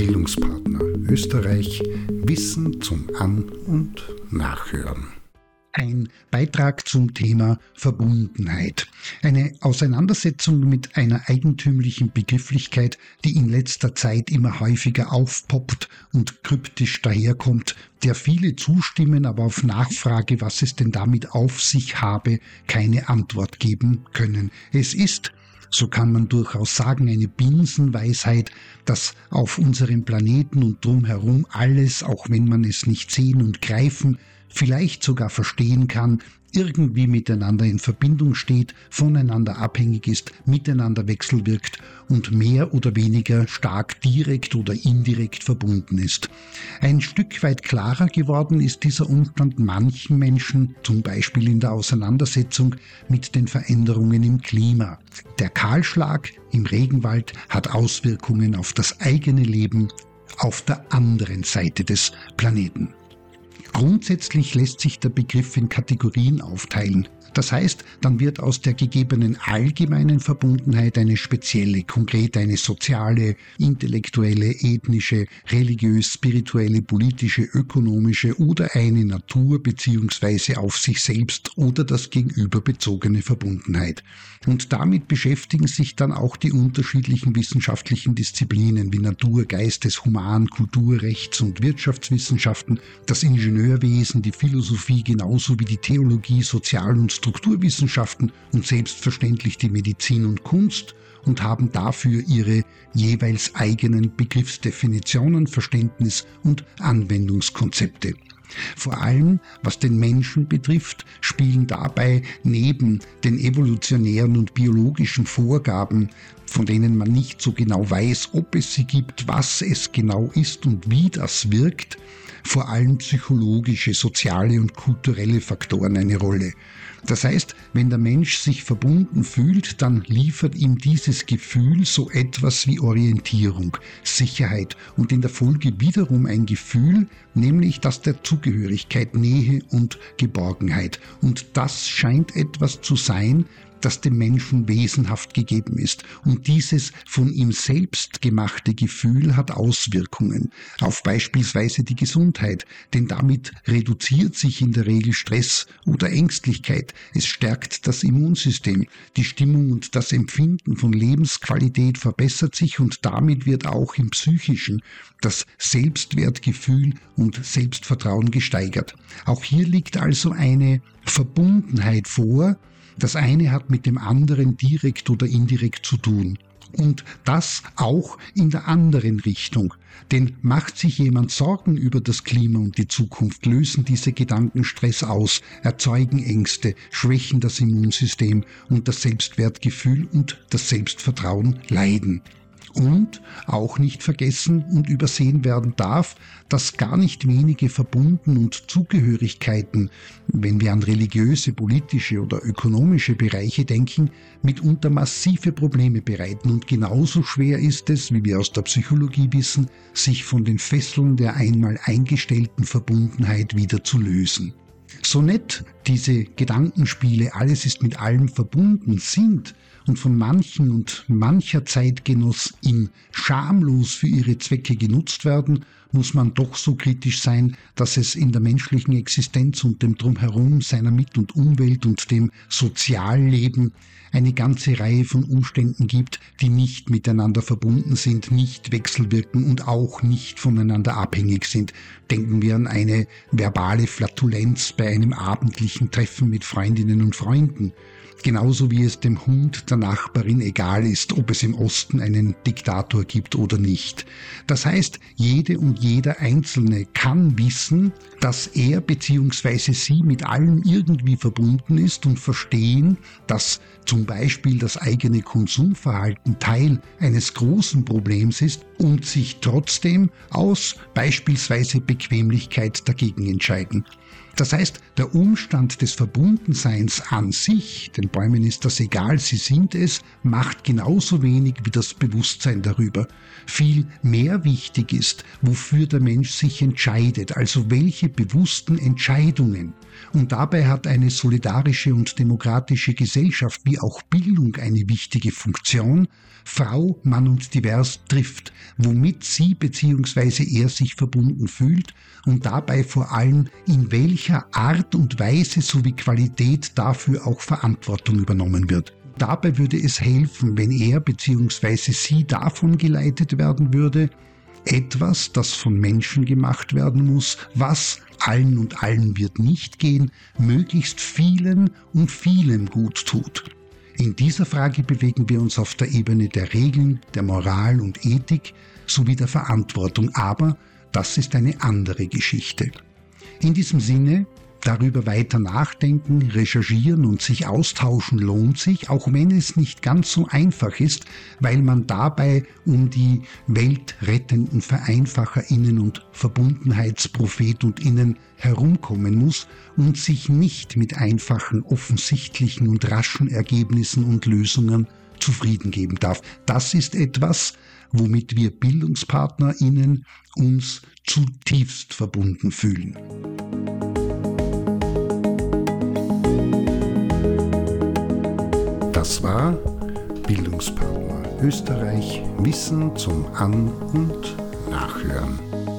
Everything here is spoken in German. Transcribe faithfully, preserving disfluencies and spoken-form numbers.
Bildungspartner Österreich Wissen zum An- und Nachhören. Ein Beitrag zum Thema Verbundenheit. Eine Auseinandersetzung mit einer eigentümlichen Begrifflichkeit, die in letzter Zeit immer häufiger aufpoppt und kryptisch daherkommt, der viele zustimmen, aber auf Nachfrage, was es denn damit auf sich habe, keine Antwort geben können. Es ist, so kann man durchaus sagen, eine Binsenweisheit, dass auf unserem Planeten und drumherum alles, auch wenn man es nicht sehen und greifen, vielleicht sogar verstehen kann, irgendwie miteinander in Verbindung steht, voneinander abhängig ist, miteinander wechselwirkt und mehr oder weniger stark direkt oder indirekt verbunden ist. Ein Stück weit klarer geworden ist dieser Umstand manchen Menschen, zum Beispiel in der Auseinandersetzung mit den Veränderungen im Klima. Der Kahlschlag im Regenwald hat Auswirkungen auf das eigene Leben auf der anderen Seite des Planeten. Grundsätzlich lässt sich der Begriff in Kategorien aufteilen. Das heißt, dann wird aus der gegebenen allgemeinen Verbundenheit eine spezielle, konkret eine soziale, intellektuelle, ethnische, religiös, spirituelle, politische, ökonomische oder eine Natur- bzw. auf sich selbst oder das Gegenüber bezogene Verbundenheit. Und damit beschäftigen sich dann auch die unterschiedlichen wissenschaftlichen Disziplinen wie Natur-, Geistes-, Human-, Kultur-, Rechts- und Wirtschaftswissenschaften, das Ingenieurwesen, die Philosophie genauso wie die Theologie, Sozial- und Strukturwissenschaften und selbstverständlich die Medizin und Kunst und haben dafür ihre jeweils eigenen Begriffsdefinitionen, Verständnis und Anwendungskonzepte. Vor allem, was den Menschen betrifft, spielen dabei neben den evolutionären und biologischen Vorgaben, von denen man nicht so genau weiß, ob es sie gibt, was es genau ist und wie das wirkt, vor allem psychologische, soziale und kulturelle Faktoren eine Rolle. Das heißt, wenn der Mensch sich verbunden fühlt, dann liefert ihm dieses Gefühl so etwas wie Orientierung, Sicherheit und in der Folge wiederum ein Gefühl, nämlich das der Zugehörigkeit, Nähe und Geborgenheit. Und das scheint etwas zu sein, das dem Menschen wesenhaft gegeben ist. Und dieses von ihm selbst gemachte Gefühl hat Auswirkungen auf beispielsweise die Gesundheit, denn damit reduziert sich in der Regel Stress oder Ängstlichkeit. Es stärkt das Immunsystem, die Stimmung und das Empfinden von Lebensqualität verbessert sich und damit wird auch im Psychischen das Selbstwertgefühl und Selbstvertrauen gesteigert. Auch hier liegt also eine Verbundenheit vor. Das eine hat mit dem anderen direkt oder indirekt zu tun. Und das auch in der anderen Richtung. Denn macht sich jemand Sorgen über das Klima und die Zukunft, lösen diese Gedanken Stress aus, erzeugen Ängste, schwächen das Immunsystem und das Selbstwertgefühl und das Selbstvertrauen leiden. Und auch nicht vergessen und übersehen werden darf, dass gar nicht wenige Verbunden und Zugehörigkeiten, wenn wir an religiöse, politische oder ökonomische Bereiche denken, mitunter massive Probleme bereiten. Und genauso schwer ist es, wie wir aus der Psychologie wissen, sich von den Fesseln der einmal eingestellten Verbundenheit wieder zu lösen. So nett diese Gedankenspiele, alles ist mit allem verbunden, sind und von manchen und mancher Zeitgenossin schamlos für ihre Zwecke genutzt werden, muss man doch so kritisch sein, dass es in der menschlichen Existenz und dem Drumherum seiner Mit- und Umwelt und dem Sozialleben eine ganze Reihe von Umständen gibt, die nicht miteinander verbunden sind, nicht wechselwirken und auch nicht voneinander abhängig sind. Denken wir an eine verbale Flatulenz bei einem abendlichen Treffen mit Freundinnen und Freunden. Genauso wie es dem Hund der Nachbarin egal ist, ob es im Osten einen Diktator gibt oder nicht. Das heißt, jede und jeder Einzelne kann wissen, dass er bzw. sie mit allem irgendwie verbunden ist und verstehen, dass zum Beispiel das eigene Konsumverhalten Teil eines großen Problems ist und sich trotzdem aus beispielsweise Bequemlichkeit dagegen entscheiden. Das heißt, der Umstand des Verbundenseins an sich, den Bäumen ist das egal, sie sind es, macht genauso wenig wie das Bewusstsein darüber. Viel mehr wichtig ist, wofür der Mensch sich entscheidet, also welche bewussten Entscheidungen. Und dabei hat eine solidarische und demokratische Gesellschaft wie auch Bildung eine wichtige Funktion. Frau, Mann und Divers trifft, womit sie bzw. er sich verbunden fühlt und dabei vor allem in welcher Art und Weise sowie Qualität dafür auch Verantwortung übernommen wird. Dabei würde es helfen, wenn er bzw. sie davon geleitet werden würde, etwas, das von Menschen gemacht werden muss, was allen und allen wird nicht gehen, möglichst vielen und vielem gut tut. In dieser Frage bewegen wir uns auf der Ebene der Regeln, der Moral und Ethik sowie der Verantwortung, aber das ist eine andere Geschichte. In diesem Sinne, darüber weiter nachdenken, recherchieren und sich austauschen lohnt sich, auch wenn es nicht ganz so einfach ist, weil man dabei um die weltrettenden VereinfacherInnen und Verbundenheitsprophet und Innen herumkommen muss und sich nicht mit einfachen, offensichtlichen und raschen Ergebnissen und Lösungen zufrieden geben darf. Das ist etwas, womit wir BildungspartnerInnen uns zutiefst verbunden fühlen. Das war Bildungspartner Österreich, Wissen zum An- und Nachhören.